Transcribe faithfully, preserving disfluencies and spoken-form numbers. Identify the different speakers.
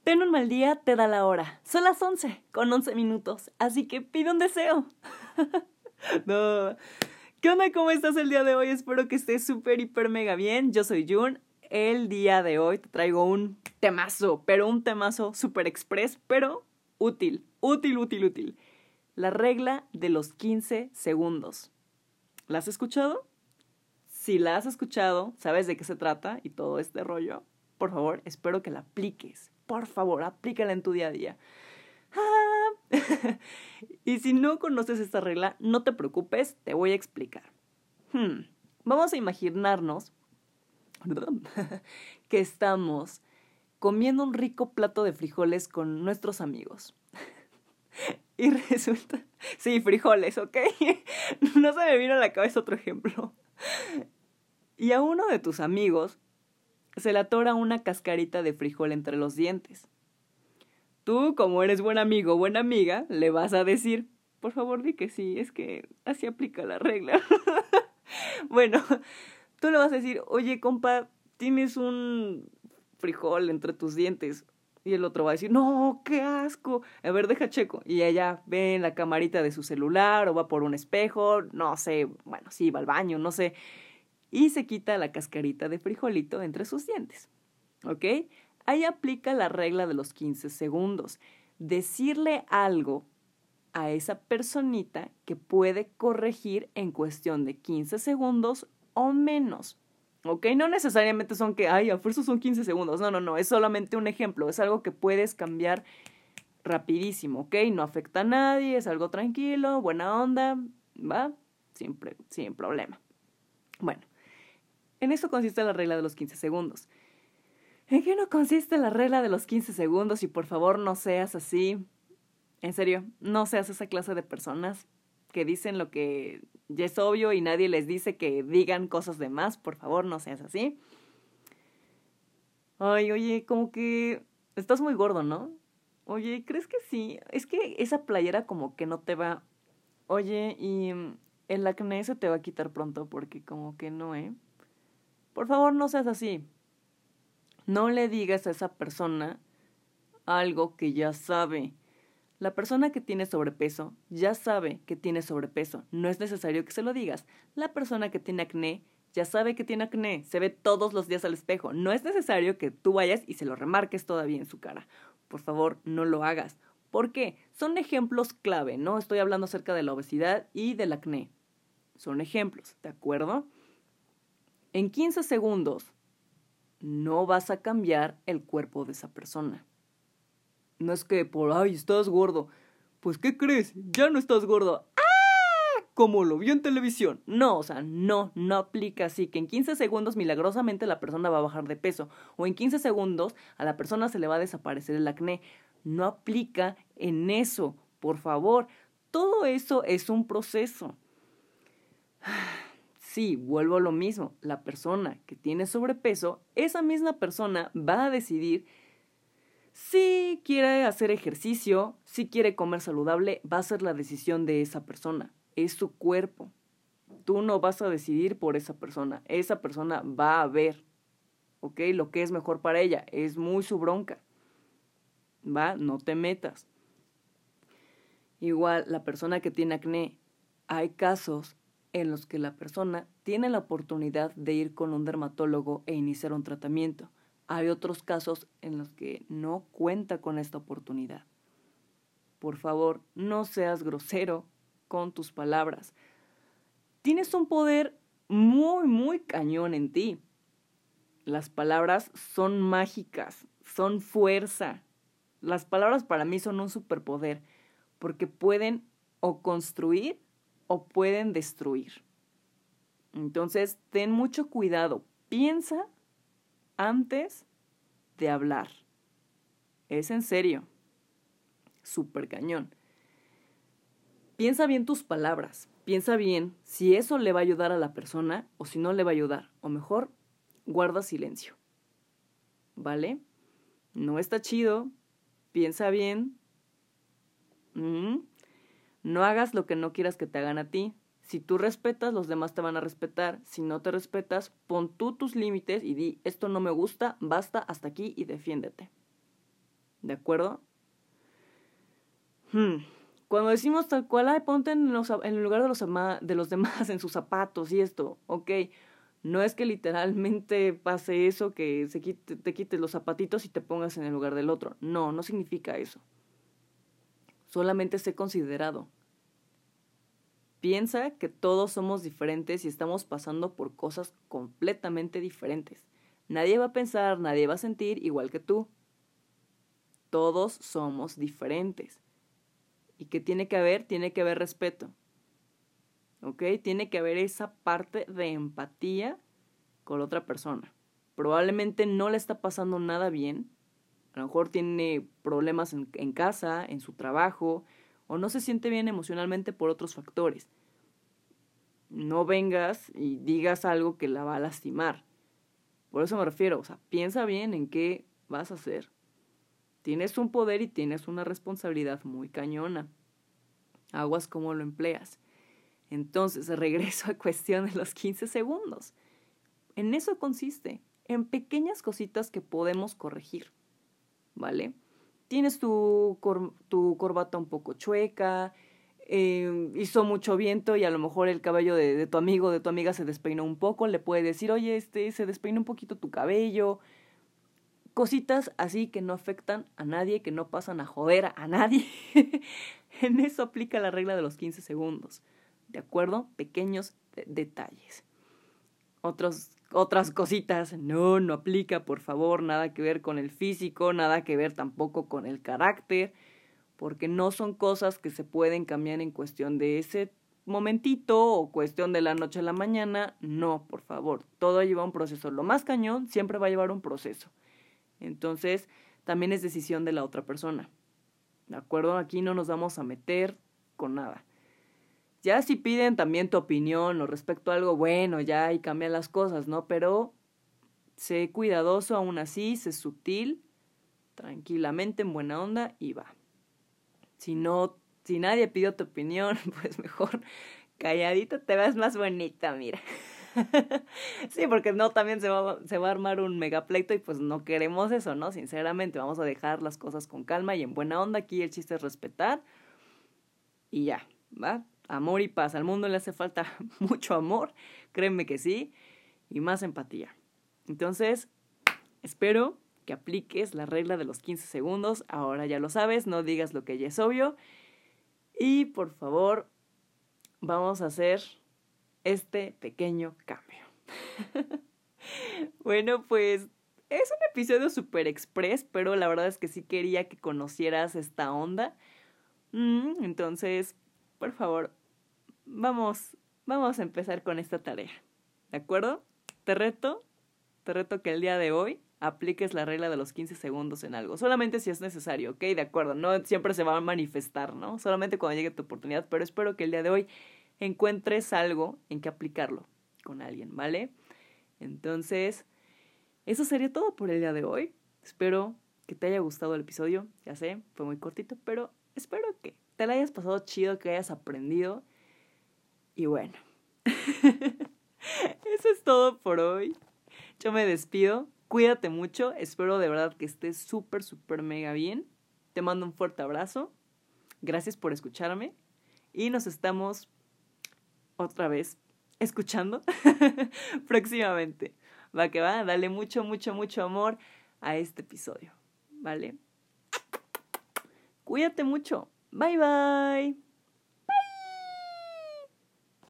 Speaker 1: Ten un mal día, te da la hora. Son las once, con once minutos, así que pide un deseo. No. ¿Qué onda? ¿Cómo estás el día de hoy? Espero que estés súper, hiper, mega bien. Yo soy Jun. El día de hoy te traigo un temazo, pero un temazo súper express, pero útil, útil, útil, útil. La regla de los quince segundos. ¿La has escuchado? Si la has escuchado, sabes de qué se trata y todo este rollo. Por favor, espero que la apliques. Por favor, aplícala en tu día a día. Ah. Y si no conoces esta regla, no te preocupes, te voy a explicar. Hmm. Vamos a imaginarnos que estamos comiendo un rico plato de frijoles con nuestros amigos. Y resulta... Sí, frijoles, ¿ok? No se me vino a la cabeza otro ejemplo. Y a uno de tus amigos se le atora una cascarita de frijol entre los dientes. Tú, como eres buen amigo o buena amiga, le vas a decir, por favor, di que sí, es que así aplica la regla. Bueno, tú le vas a decir, oye, compa, tienes un frijol entre tus dientes. Y el otro va a decir, no, qué asco. A ver, deja checo. Y ella ve en la camarita de su celular o va por un espejo, no sé, bueno, sí, va al baño, no sé. Y se quita la cascarita de frijolito entre sus dientes. ¿Ok? Ahí aplica la regla de los quince segundos. Decirle algo a esa personita que puede corregir en cuestión de quince segundos o menos. ¿Ok? No necesariamente son que, ay, a fuerza son quince segundos. No, no, no. Es solamente un ejemplo. Es algo que puedes cambiar rapidísimo. ¿Ok? No afecta a nadie. Es algo tranquilo, buena onda. ¿Va? Siempre, sin problema. Bueno. En eso consiste la regla de los quince segundos. ¿En qué no consiste la regla de los quince segundos? Y por favor no seas así. En serio, no seas esa clase de personas que dicen lo que ya es obvio y nadie les dice que digan cosas de más. Por favor, no seas así. Ay, oye, como que estás muy gordo, ¿no? Oye, ¿crees que sí? Es que esa playera como que no te va... Oye, y el acné se te va a quitar pronto porque como que no, ¿eh? Por favor, no seas así. No le digas a esa persona algo que ya sabe. La persona que tiene sobrepeso ya sabe que tiene sobrepeso. No es necesario que se lo digas. La persona que tiene acné ya sabe que tiene acné. Se ve todos los días al espejo. No es necesario que tú vayas y se lo remarques todavía en su cara. Por favor, no lo hagas. ¿Por qué? Son ejemplos clave, ¿no? Estoy hablando acerca de la obesidad y del acné. Son ejemplos, ¿de acuerdo? En quince segundos no vas a cambiar el cuerpo de esa persona. No es que por, ay, estás gordo. Pues, ¿qué crees? Ya no estás gordo. ¡Ah! Como lo vio en televisión. No, o sea, no, no aplica así. Que en quince segundos milagrosamente la persona va a bajar de peso. O en quince segundos a la persona se le va a desaparecer el acné. No aplica en eso, por favor. Todo eso es un proceso. Sí, vuelvo a lo mismo. La persona que tiene sobrepeso, esa misma persona va a decidir si quiere hacer ejercicio, si quiere comer saludable, va a ser la decisión de esa persona. Es su cuerpo. Tú no vas a decidir por esa persona. Esa persona va a ver, ¿ok? Lo que es mejor para ella. Es muy su bronca. ¿Va? No te metas. Igual, la persona que tiene acné, hay casos en los que la persona tiene la oportunidad de ir con un dermatólogo e iniciar un tratamiento. Hay otros casos en los que no cuenta con esta oportunidad. Por favor, no seas grosero con tus palabras. Tienes un poder muy, muy cañón en ti. Las palabras son mágicas, son fuerza. Las palabras para mí son un superpoder porque pueden o construir o pueden destruir. Entonces, ten mucho cuidado. Piensa antes de hablar. Es en serio. Súper cañón. Piensa bien tus palabras. Piensa bien si eso le va a ayudar a la persona o si no le va a ayudar. O mejor, guarda silencio. ¿Vale? No está chido. Piensa bien. Mm. No hagas lo que no quieras que te hagan a ti. Si tú respetas, los demás te van a respetar. Si no te respetas, pon tú tus límites y di, esto no me gusta, basta, hasta aquí y defiéndete. ¿De acuerdo? Hmm. Cuando decimos tal cual, ay, ponte en, los, en el lugar de los, ama, de los demás, en sus zapatos y esto, ok, no es que literalmente pase eso, que se quite, te quites los zapatitos y te pongas en el lugar del otro. No, no significa eso. Solamente sé considerado. Piensa que todos somos diferentes y estamos pasando por cosas completamente diferentes. Nadie va a pensar, nadie va a sentir igual que tú. Todos somos diferentes. ¿Y qué tiene que haber? Tiene que haber respeto. ¿Ok? Tiene que haber esa parte de empatía con la otra persona. Probablemente no le está pasando nada bien. A lo mejor tiene problemas en, en casa, en su trabajo, o no se siente bien emocionalmente por otros factores. No vengas y digas algo que la va a lastimar. Por eso me refiero, o sea, piensa bien en qué vas a hacer. Tienes un poder y tienes una responsabilidad muy cañona. Aguas cómo lo empleas. Entonces, regreso a cuestión de los quince segundos. En eso consiste, en pequeñas cositas que podemos corregir, ¿vale? Tienes tu, cor- tu corbata un poco chueca, eh, hizo mucho viento y a lo mejor el cabello de, de tu amigo o de tu amiga se despeinó un poco, le puedes decir, oye, este, se despeinó un poquito tu cabello. Cositas así que no afectan a nadie, que no pasan a joder a nadie. En eso aplica la regla de los quince segundos. ¿De acuerdo? Pequeños de- detalles. Otros, otras cositas, no, no aplica, por favor, nada que ver con el físico, nada que ver tampoco con el carácter, porque no son cosas que se pueden cambiar en cuestión de ese momentito o cuestión de la noche a la mañana. No, por favor, todo lleva un proceso. Lo más cañón siempre va a llevar un proceso. Entonces, también es decisión de la otra persona. ¿De acuerdo? Aquí no nos vamos a meter con nada. Ya si piden también tu opinión o respecto a algo, bueno, ya ahí cambian las cosas, ¿no? Pero sé cuidadoso aún así, sé sutil, tranquilamente, en buena onda y va. Si no, si nadie pidió tu opinión, pues mejor calladita te ves más bonita, mira. Sí, porque no, también se va, se va a armar un mega pleito y pues no queremos eso, ¿no? Sinceramente, vamos a dejar las cosas con calma y en buena onda. Aquí el chiste es respetar y ya, ¿va? Amor y paz. Al mundo le hace falta mucho amor, créeme que sí, y más empatía. Entonces, espero que apliques la regla de los quince segundos. Ahora ya lo sabes, no digas lo que ya es obvio. Y por favor, vamos a hacer este pequeño cambio. Bueno, pues es un episodio super express, pero la verdad es que sí quería que conocieras esta onda. Mm, entonces, por favor, vamos, vamos a empezar con esta tarea. ¿De acuerdo? Te reto, te reto que el día de hoy apliques la regla de los quince segundos en algo. Solamente si es necesario, ¿ok? De acuerdo, no siempre se va a manifestar, ¿no? Solamente cuando llegue tu oportunidad, pero espero que el día de hoy encuentres algo en que aplicarlo con alguien, ¿vale? Entonces, eso sería todo por el día de hoy. Espero que te haya gustado el episodio. Ya sé, fue muy cortito, pero espero que te la hayas pasado chido, que hayas aprendido. Y bueno, eso es todo por hoy. Yo me despido. Cuídate mucho. Espero de verdad que estés súper, súper mega bien. Te mando un fuerte abrazo. Gracias por escucharme. Y nos estamos otra vez escuchando próximamente. Va que va, dale mucho, mucho, mucho amor a este episodio, ¿vale? Cuídate mucho. Bye, bye.